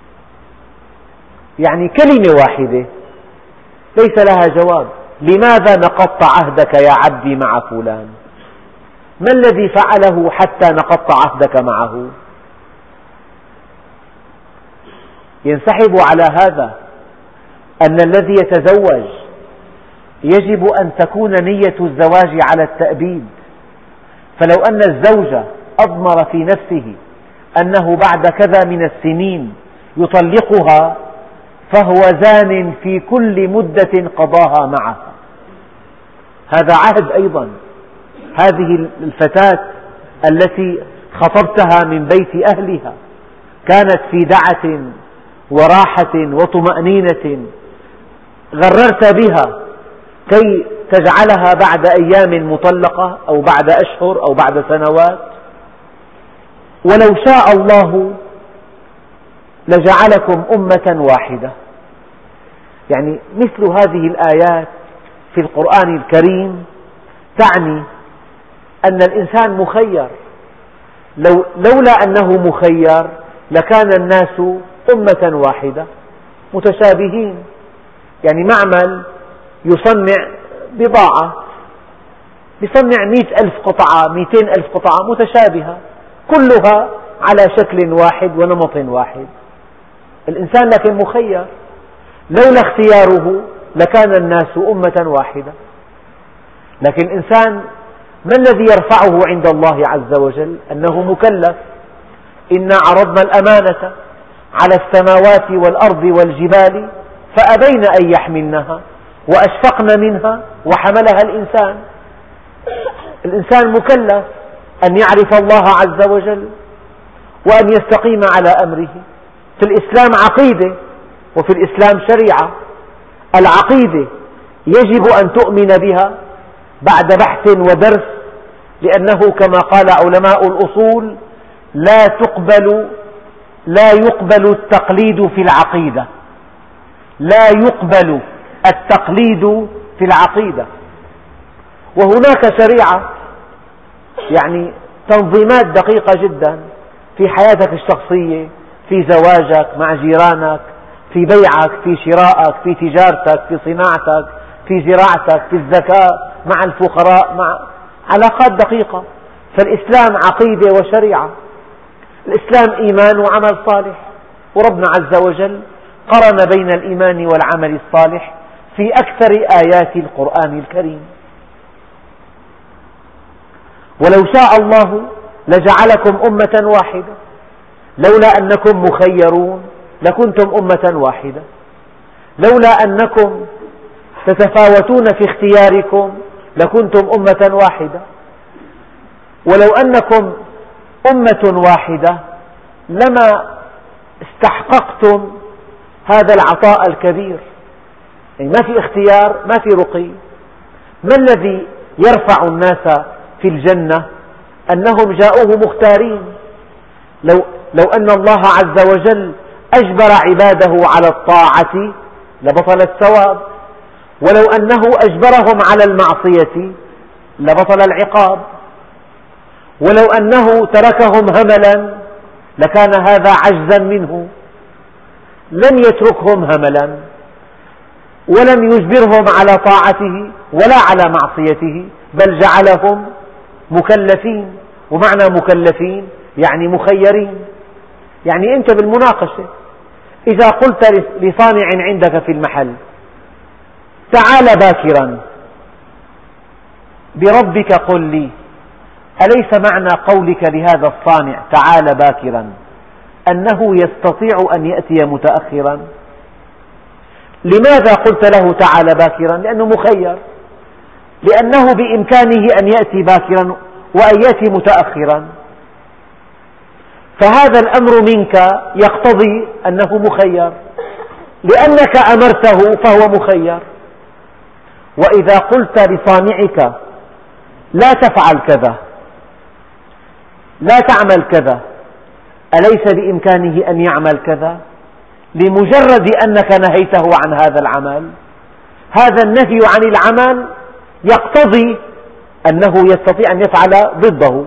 يعني كلمة واحدة ليس لها جواب. لماذا نقضت عهدك يا عبدي مع فلان؟ ما الذي فعله حتى نقضت عهدك معه؟ ينسحب على هذا أن الذي يتزوج يجب أن تكون نية الزواج على التأبيد، فلو أن الزوج أضمر في نفسه أنه بعد كذا من السنين يطلقها فهو زان في كل مدة قضاها معها. هذا عهد أيضا. هذه الفتاة التي خطبتها من بيت أهلها كانت في دعة وراحة وطمأنينة، غررت بها كي تجعلها بعد أيام مطلقة أو بعد أشهر أو بعد سنوات. ولو شاء الله لجعلكم أمة واحدة. يعني مثل هذه الآيات في القرآن الكريم تعني أن الإنسان مخير. لو لولا أنه مخير لكان الناس أمة واحدة متشابهين. يعني معمل يصنع بضاعة يصنع مئة ألف قطعة مئتين ألف قطعة متشابهة كلها على شكل واحد ونمط واحد. الإنسان لكن مخير، لولا اختياره لكان الناس أمة واحدة. لكن الإنسان ما الذي يرفعه عند الله عز وجل؟ أنه مكلف. إنا عرضنا الأمانة على السماوات والأرض والجبال فأبين أن يحملنها وأشفقن منها وحملها الإنسان. الإنسان مكلف أن يعرف الله عز وجل وأن يستقيم على أمره. في الإسلام عقيدة وفي الإسلام شريعة. العقيدة يجب أن تؤمن بها بعد بحث ودرس، لأنه كما قال علماء الأصول لا تقبل لا يقبل التقليد في العقيدة. لا يقبل التقليد في العقيدة. وهناك شريعة، يعني تنظيمات دقيقة جدا في حياتك الشخصية، في زواجك، مع جيرانك، في بيعك، في شرائك، في تجارتك، في صناعتك، في زراعتك، في الزكاة، مع الفقراء، مع علاقات دقيقة. فالإسلام عقيدة وشريعة. الإسلام إيمان وعمل صالح، وربنا عز وجل قرن بين الإيمان والعمل الصالح في أكثر آيات القرآن الكريم. ولو شاء الله لجعلكم أمة واحدة، لولا أنكم مخيرون لكنتم أمة واحدة، لولا أنكم تتفاوتون في اختياركم لكنتم أمة واحدة، ولو أنكم أمة واحدة لما استحققتم هذا العطاء الكبير. يعني ما في اختيار، ما في رقي. ما الذي يرفع الناس في الجنة؟ أنهم جاءوه مختارين. لو, لو أن الله عز وجل أجبر عباده على الطاعة لبطل الثواب، ولو أنه أجبرهم على المعصية لبطل العقاب، ولو أنه تركهم هملا لكان هذا عجزا منه. لم يتركهم هملا ولم يجبرهم على طاعته ولا على معصيته، بل جعلهم مكلفين. ومعنى مكلفين يعني مخيرين. يعني أنت بالمناقشة إذا قلت لصانع عندك في المحل تعال باكرا بربك قل لي، أليس معنى قولك لهذا الصانع تعال باكرا أنه يستطيع أن يأتي متأخرا؟ لماذا قلت له تعال باكرا؟ لأنه مخير، لأنه بإمكانه أن يأتي باكرا وأن يأتي متأخرا. فهذا الأمر منك يقتضي أنه مخير، لأنك أمرته فهو مخير. وإذا قلت لصانعك لا تفعل كذا، لا تعمل كذا، أليس بإمكانه أن يعمل كذا؟ لمجرد أنك نهيته عن هذا العمل، هذا النهي عن العمل يقتضي أنه يستطيع أن يفعل ضده.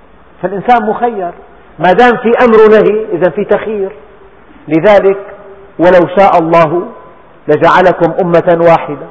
فالإنسان مخير ما دام في أمر نهي، إذا في تخيير. لذلك ولو شاء الله لجعلكم أمة واحدة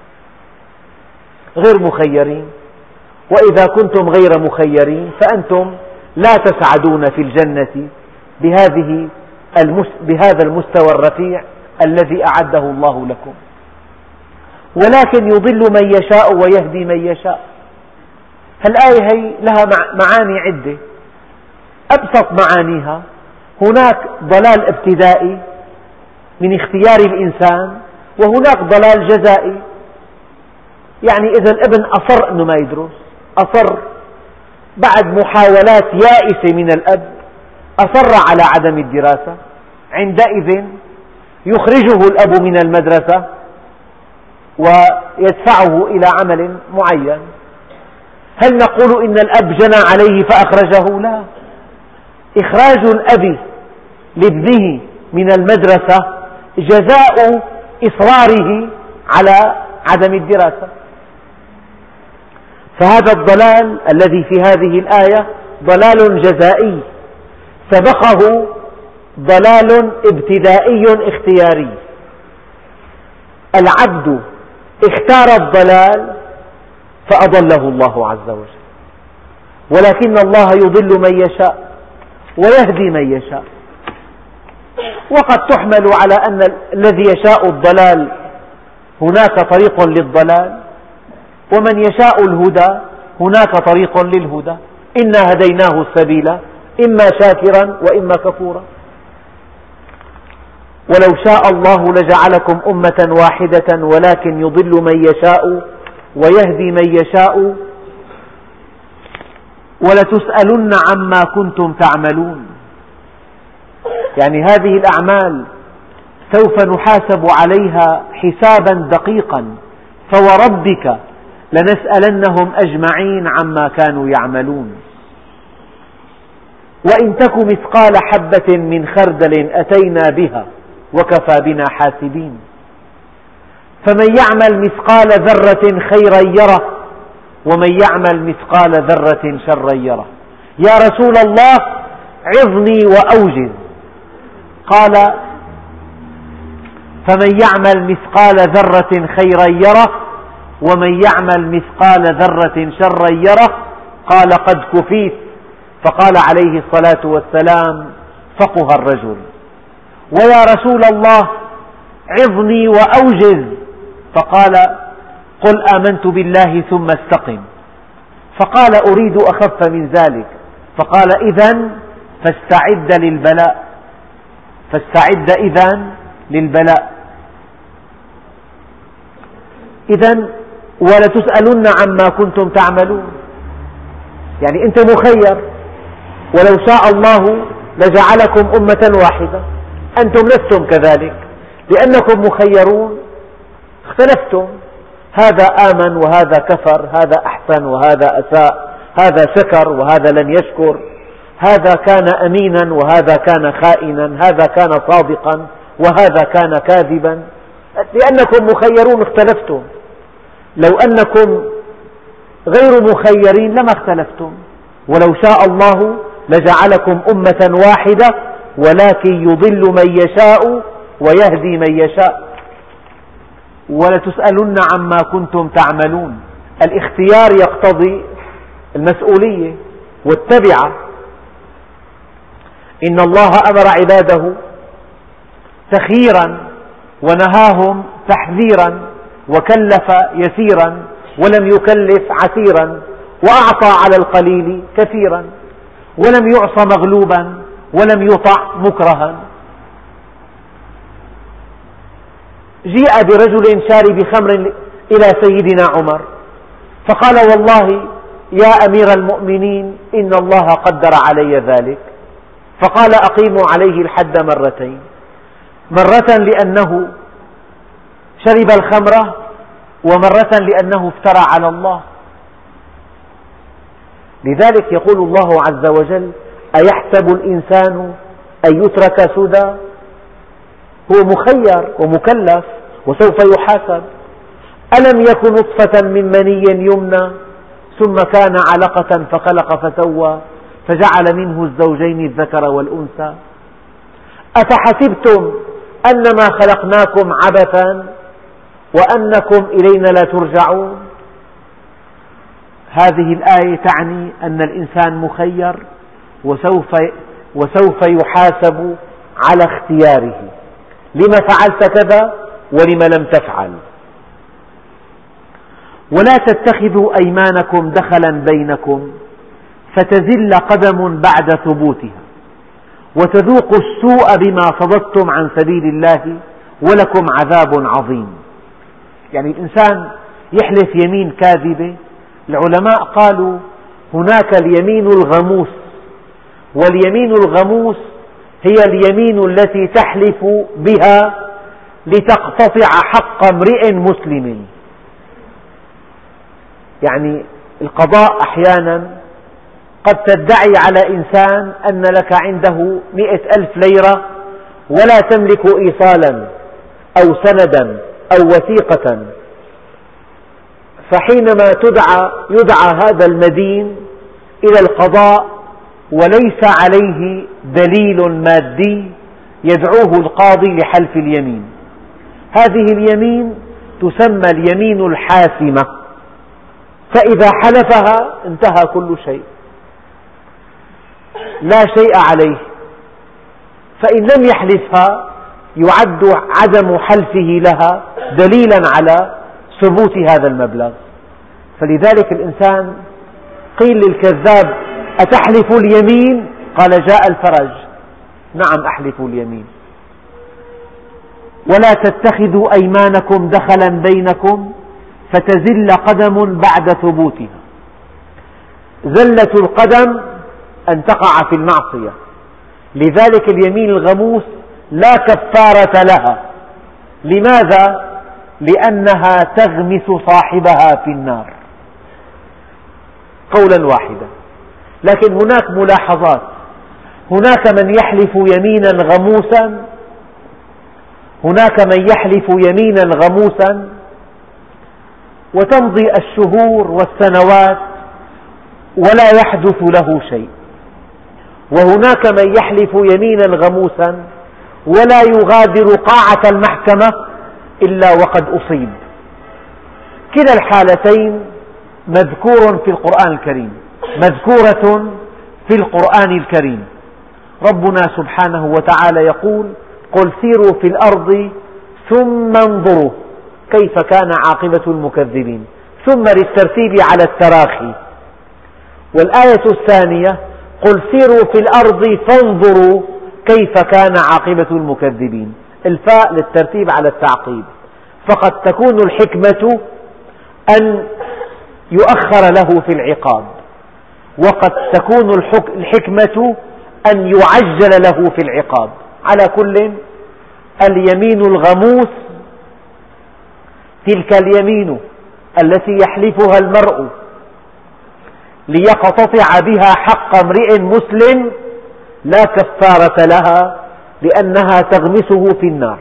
غير مخيرين، وإذا كنتم غير مخيرين فأنتم لا تسعدون في الجنة بهذه بهذا المستوى الرفيع الذي أعده الله لكم، ولكن يضل من يشاء ويهدي من يشاء. الآية هي لها معاني عدة، أبسط معانيها هناك ضلال ابتدائي من اختيار الإنسان، وهناك ضلال جزائي، يعني إذا الابن أصر أنه ما يدرس، أصر بعد محاولات يائسة من الأب أصر على عدم الدراسة، عندئذ يخرجه الأب من المدرسة ويدفعه إلى عمل معين. هل نقول إن الأب جنى عليه فأخرجه؟ لا، إخراج الأب لابنه من المدرسة جزاء إصراره على عدم الدراسة. فهذا الضلال الذي في هذه الآية ضلال جزائي سبقه ضلال ابتدائي اختياري. العبد اختار الضلال فأضله الله عز وجل، ولكن الله يضل من يشاء ويهدي من يشاء. وقد تحمل على أن الذي يشاء الضلال هناك طريق للضلال، ومن يشاء الهدى هناك طريق للهدى. إنا هديناه السبيل إما شاكرا وإما كفورا. ولو شاء الله لجعلكم أمة واحدة ولكن يضل من يشاء ويهدي من يشاء ولتسألن عما كنتم تعملون. يعني هذه الأعمال سوف نحاسب عليها حسابا دقيقا، فوربك لنسألنهم أجمعين عما كانوا يعملون. وإن تك مثقال حبة من خردل أتينا بها وكفى بنا حاسبين. فمن يعمل مثقال ذرة خيرا يره ومن يعمل مثقال ذرة شرا يره. يا رسول الله عظني وأوجز. قال فمن يعمل مثقال ذرة خيرا يره ومن يعمل مثقال ذرة شرا يره. قال قد كفيت. فقال عليه الصلاة والسلام فقه الرجل. ويا رسول الله عظني وأوجز. فقال قل آمنت بالله ثم استقم. فقال أريد أخف من ذلك. فقال إذن فاستعد للبلاء فاستعد إذن للبلاء. إذن ولتسألن عما كنتم تعملون، يعني أنت مخير، ولو شاء الله لجعلكم أمة واحدة. أنتم لستم كذلك، لأنكم مخيرون اختلفتم، هذا آمن وهذا كفر، هذا أحسن وهذا أساء، هذا شكر وهذا لم يشكر، هذا كان أمينا وهذا كان خائنا، هذا كان صادقا وهذا كان كاذبا. لأنكم مخيرون اختلفتم. لو أنكم غير مخيرين لما اختلفتم. ولو شاء الله لجعلكم أمة واحدة ولكن يضل من يشاء ويهدي من يشاء. ولتسألن عما كنتم تعملون. الاختيار يقتضي المسؤولية والتبعة. إن الله أمر عباده تخييرا ونهاهم تحذيرا، وكلف يسيرا ولم يكلف عسيرا، وأعطى على القليل كثيرا، ولم يعص مغلوبا ولم يطع مكرها. جيء برجل شارب خمر إلى سيدنا عمر فقال والله يا أمير المؤمنين إن الله قدر علي ذلك. فقال أقيموا عليه الحد مرتين، مرة لأنه شرب الخمر ومرة لأنه افترى على الله. لذلك يقول الله عز وجل أيحسب الإنسان أن يترك سدى. هو مخير ومكلف وسوف يحاسب. ألم يكن نطفة من مني يمنى ثم كان علقة فخلق فسوى فجعل منه الزوجين الذكر والأنثى. أفحسبتم أنما خلقناكم عبثا وأنكم إلينا لا ترجعون. هذه الآية تعني أن الإنسان مخير وسوف, وسوف يحاسب على اختياره، لما فعلت كذا ولم لم تفعل. ولا تتخذوا أيمانكم دخلا بينكم فتزل قدم بعد ثبوتها وتذوقوا السوء بما صددتم عن سبيل الله ولكم عذاب عظيم. يعني الإنسان يحلف يمين كاذبة، العلماء قالوا هناك اليمين الغموس، واليمين الغموس هي اليمين التي تحلف بها لتقتطع حق امرئ مسلم. يعني القضاء أحيانا قد تدعي على إنسان أن لك عنده مئة ألف ليرة ولا تملك إيصالا أو سندا أو وثيقة، فحينما تدعى يدعى هذا المدين إلى القضاء وليس عليه دليل مادي يدعوه القاضي لحلف اليمين. هذه اليمين تسمى اليمين الحاسمة، فإذا حلفها انتهى كل شيء، لا شيء عليه. فإن لم يحلفها يعد عدم حلفه لها دليلا على ثبوت هذا المبلغ. فلذلك الإنسان قيل للكذاب أتحلف اليمين؟ قال جاء الفرج، نعم أحلف اليمين. ولا تتخذوا أيمانكم دخلا بينكم فتزل قدم بعد ثبوتها. زلة القدم أن تقع في المعصية، لذلك اليمين الغموس لا كفارة لها. لماذا؟ لأنها تغمس صاحبها في النار قولا واحدا. لكن هناك ملاحظات. هناك من يحلف يمينا غموسا هناك من يحلف يمينا غموسا وتمضي الشهور والسنوات ولا يحدث له شيء، وهناك من يحلف يمينا غموسا ولا يغادر قاعة المحكمة إلا وقد أصيب. كلا الحالتين مذكور في القرآن الكريم، مذكورة في القرآن الكريم. ربنا سبحانه وتعالى يقول قل سيروا في الأرض ثم انظروا كيف كان عاقبة المكذبين، ثم للترتيب على التراخي. والآية الثانية قل سيروا في الأرض فانظروا كيف كان عاقبة المكذبين، الفاء للترتيب على التعقيب. فقد تكون الحكمة أن يؤخر له في العقاب، وقد تكون الحكمة أن يعجل له في العقاب. على كل، اليمين الغموس تلك اليمين التي يحلفها المرء ليقتطع بها حق امرئ مسلم لا كفارة لها لأنها تغمسه في النار.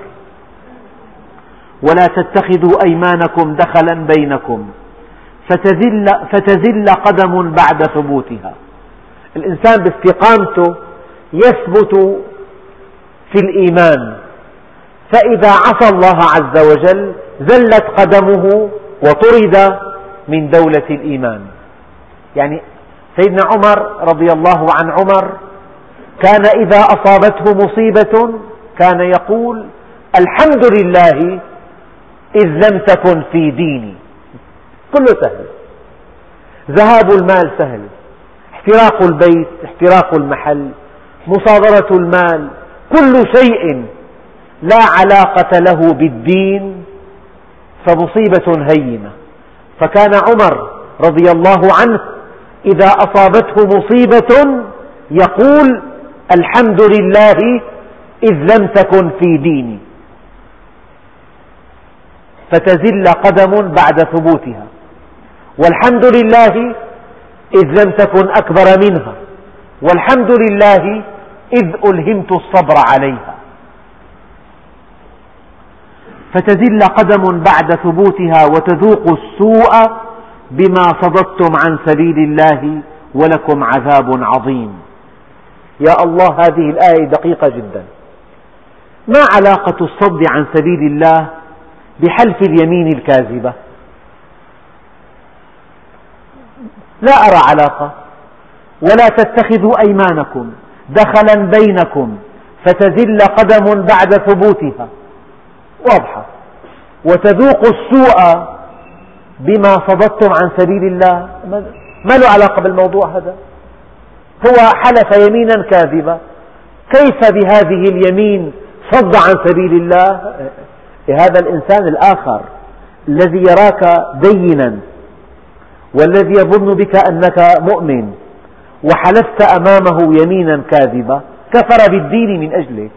ولا تتخذوا أيمانكم دخلا بينكم فتزل, فتزل قدم بعد ثبوتها. الإنسان باستقامته يثبت في الإيمان، فإذا عصى الله عز وجل زلت قدمه وطرد من دولة الإيمان. يعني سيدنا عمر رضي الله عن عمر كان إذا أصابته مصيبة كان يقول الحمد لله إذ لم تكن في ديني. كله سهل، ذهاب المال سهل، احتراق البيت، احتراق المحل، مصادرة المال، كل شيء لا علاقة له بالدين فمصيبة هينة. فكان عمر رضي الله عنه إذا أصابته مصيبة يقول الحمد لله إذ لم تكن في ديني، فتزل قدم بعد ثبوتها، والحمد لله إذ لم تكن أكبر منها، والحمد لله إذ ألهمت الصبر عليها. فتزل قدم بعد ثبوتها وتذوقوا السوء بما صددتم عن سبيل الله ولكم عذاب عظيم. يا الله، هذه الآية دقيقة جدا. ما علاقة الصد عن سبيل الله بحلف اليمين الكاذبة؟ لا أرى علاقة. ولا تتخذوا أيمانكم دخلا بينكم فتزل قدم بعد ثبوتها، واضحة. وتذوقوا السوء بما صددتم عن سبيل الله، ما له علاقة بالموضوع هذا. هو حلف يمينا كاذبة، كيف بهذه اليمين صد عن سبيل الله؟ هذا الإنسان الآخر الذي يراك دينا والذي يظن بك أنك مؤمن وحلفت أمامه يمينا كاذبة كفر بالدين من أجلك،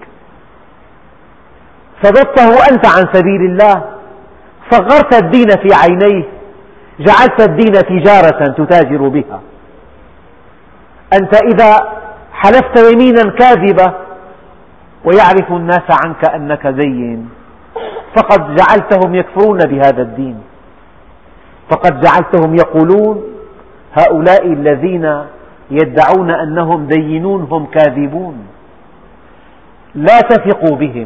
صددته أنت عن سبيل الله، صغرت الدين في عينيه، جعلت الدين تجارة تتاجر بها. أنت إذا حلفت يمينا كاذبة ويعرف الناس عنك أنك دين، فقد جعلتهم يكفرون بهذا الدين، فقد جعلتهم يقولون هؤلاء الذين يدعون أنهم دينون هم كاذبون. لا تثقوا بهم،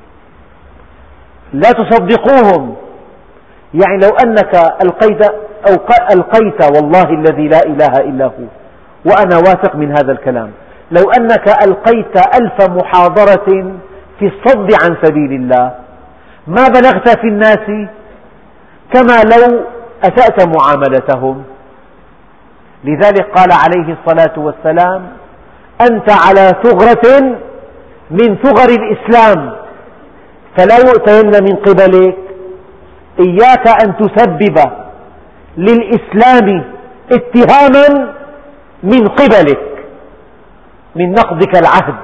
لا تصدقوهم. يعني لو أنك ألقيت, أو ألقيت والله الذي لا إله إلا هو، وأنا واثق من هذا الكلام، لو أنك ألقيت ألف محاضرة في الصد عن سبيل الله ما بلغت في الناس كما لو أسأت معاملتهم. لذلك قال عليه الصلاة والسلام: أنت على ثغرة من ثغر الإسلام فلا يؤتين من قبلك، إياك أن تسبب للإسلام اتهاما من قبلك، من نقضك العهد،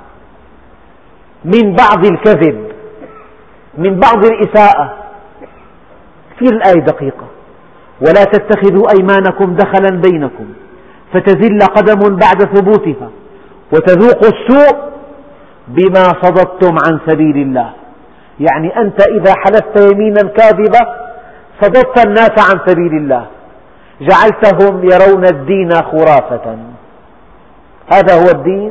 من بعض الكذب، من بعض الإساءة. كثير الآية دقيقة. ولا تتخذوا أيمانكم دخلا بينكم فتزل قدم بعد ثبوتها وتذوقوا السوء بما صددتم عن سبيل الله. يعني أنت إذا حلفت يمينا كاذبة صددت الناس عن سبيل الله، جعلتهم يرون الدين خرافة. هذا هو الدين؟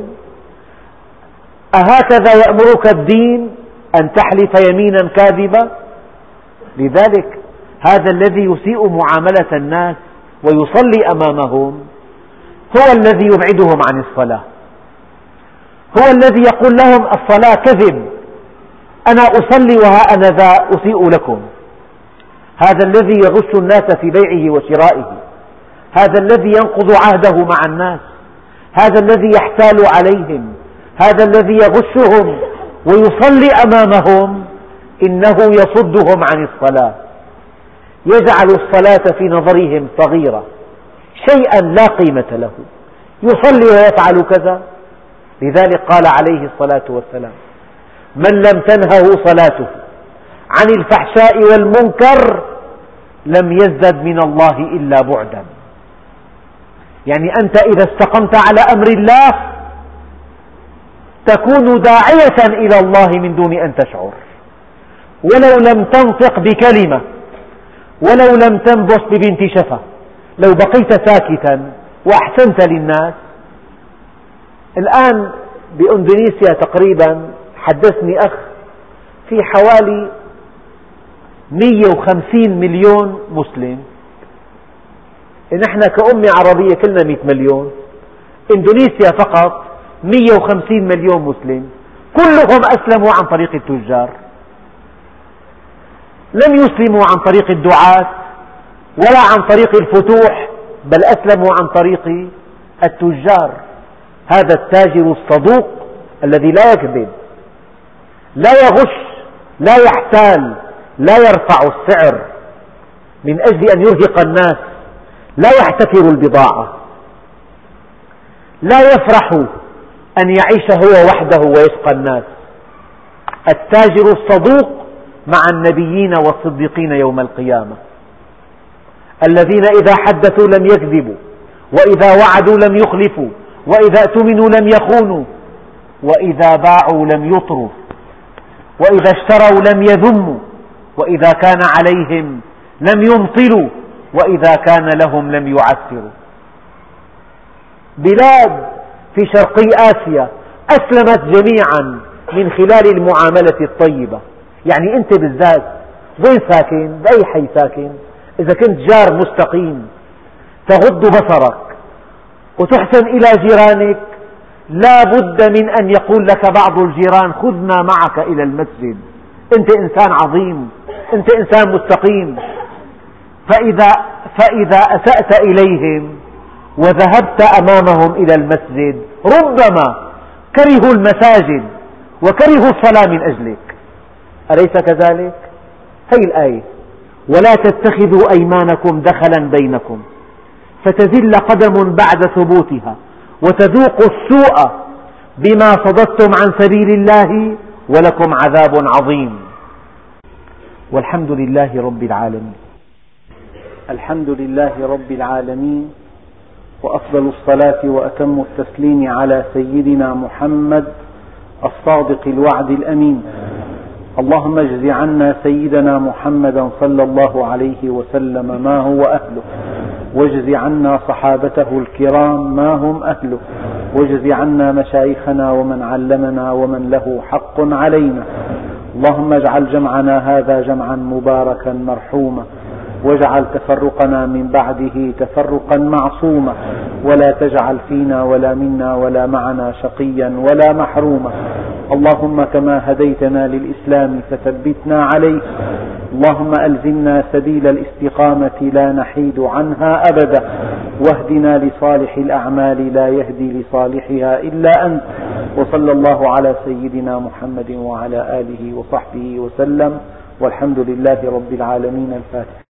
أهكذا يأمرك الدين أن تحلف يمينا كاذبة؟ لذلك هذا الذي يسيء معاملة الناس ويصلي أمامهم هو الذي يبعدهم عن الصلاة، هو الذي يقول لهم الصلاة كذب، أنا أصلي وها أنا ذا أسيء لكم. هذا الذي يغش الناس في بيعه وشرائه، هذا الذي ينقض عهده مع الناس، هذا الذي يحتال عليهم، هذا الذي يغشهم ويصلي أمامهم، إنه يصدهم عن الصلاة، يجعل الصلاة في نظرهم صغيرة، شيئا لا قيمة له، يصلي ويفعل كذا. لذلك قال عليه الصلاة والسلام: من لم تنهه صلاته عن الفحشاء والمنكر لم يزدد من الله إلا بعدا. يعني أنت إذا استقمت على أمر الله تكون داعية إلى الله من دون أن تشعر، ولو لم تنطق بكلمة، ولو لم تنبش ببنت شفة، لو بقيت ساكتا وأحسنت للناس. الآن بإندونيسيا تقريبا حدثني أخ في حوالي مئة وخمسين مليون مسلم، نحن كأمة عربية كلنا مئة مليون، إندونيسيا فقط مئة وخمسين مليون مسلم، كلهم أسلموا عن طريق التجار، لم يسلموا عن طريق الدعاة ولا عن طريق الفتوح، بل أسلموا عن طريق التجار. هذا التاجر الصدوق الذي لا يكذب، لا يغش، لا يحتال، لا يرفع السعر من أجل أن يرهق الناس، لا يحتكر البضاعة، لا يفرح أن يعيش هو وحده ويسقى الناس. التاجر الصدوق مع النبيين والصديقين يوم القيامة، الذين إذا حدثوا لم يكذبوا، وإذا وعدوا لم يخلفوا، وإذا اؤتمنوا لم يخونوا، وإذا باعوا لم يطروا، وإذا اشتروا لم يذموا، وإذا كان عليهم لم يمطلوا، وإذا كان لهم لم يعسروا. بلاد في شرقي آسيا أسلمت جميعا من خلال المعاملة الطيبة. يعني أنت بالذات وين ساكن؟ بأي حي ساكن؟ إذا كنت جار مستقيم تغض بصرك وتحسن إلى جيرانك، لا بد من أن يقول لك بعض الجيران خذنا معك إلى المسجد، أنت إنسان عظيم، أنت إنسان مستقيم. فإذا, فإذا أسأت إليهم وذهبت أمامهم إلى المسجد ربما كرهوا المساجد وكرهوا الصلاة من أجلك، أليس كذلك؟ هذه الآية: ولا تتخذوا أيمانكم دخلا بينكم فتزل قدم بعد ثبوتها وتذوقوا السوء بما صددتم عن سبيل الله ولكم عذاب عظيم. والحمد لله رب العالمين. الحمد لله رب العالمين، وأفضل الصلاة وأتم التسليم على سيدنا محمد الصادق الوعد الأمين. اللهم اجز عنا سيدنا محمدا صلى الله عليه وسلم ما هو أهله، واجز عنا صحابته الكرام ما هم أهله، واجز عنا مشايخنا ومن علمنا ومن له حق علينا. اللهم اجعل جمعنا هذا جمعا مباركا مرحوما، واجعل تفرقنا من بعده تفرقا معصوما، ولا تجعل فينا ولا منا ولا معنا شقيا ولا محروما. اللهم كما هديتنا للإسلام فثبتنا عليه، اللهم ألزمنا سبيل الاستقامة لا نحيد عنها أبدا، واهدنا لصالح الأعمال لا يهدي لصالحها إلا أنت. وصلى الله على سيدنا محمد وعلى آله وصحبه وسلم، والحمد لله رب العالمين. الفاتحة.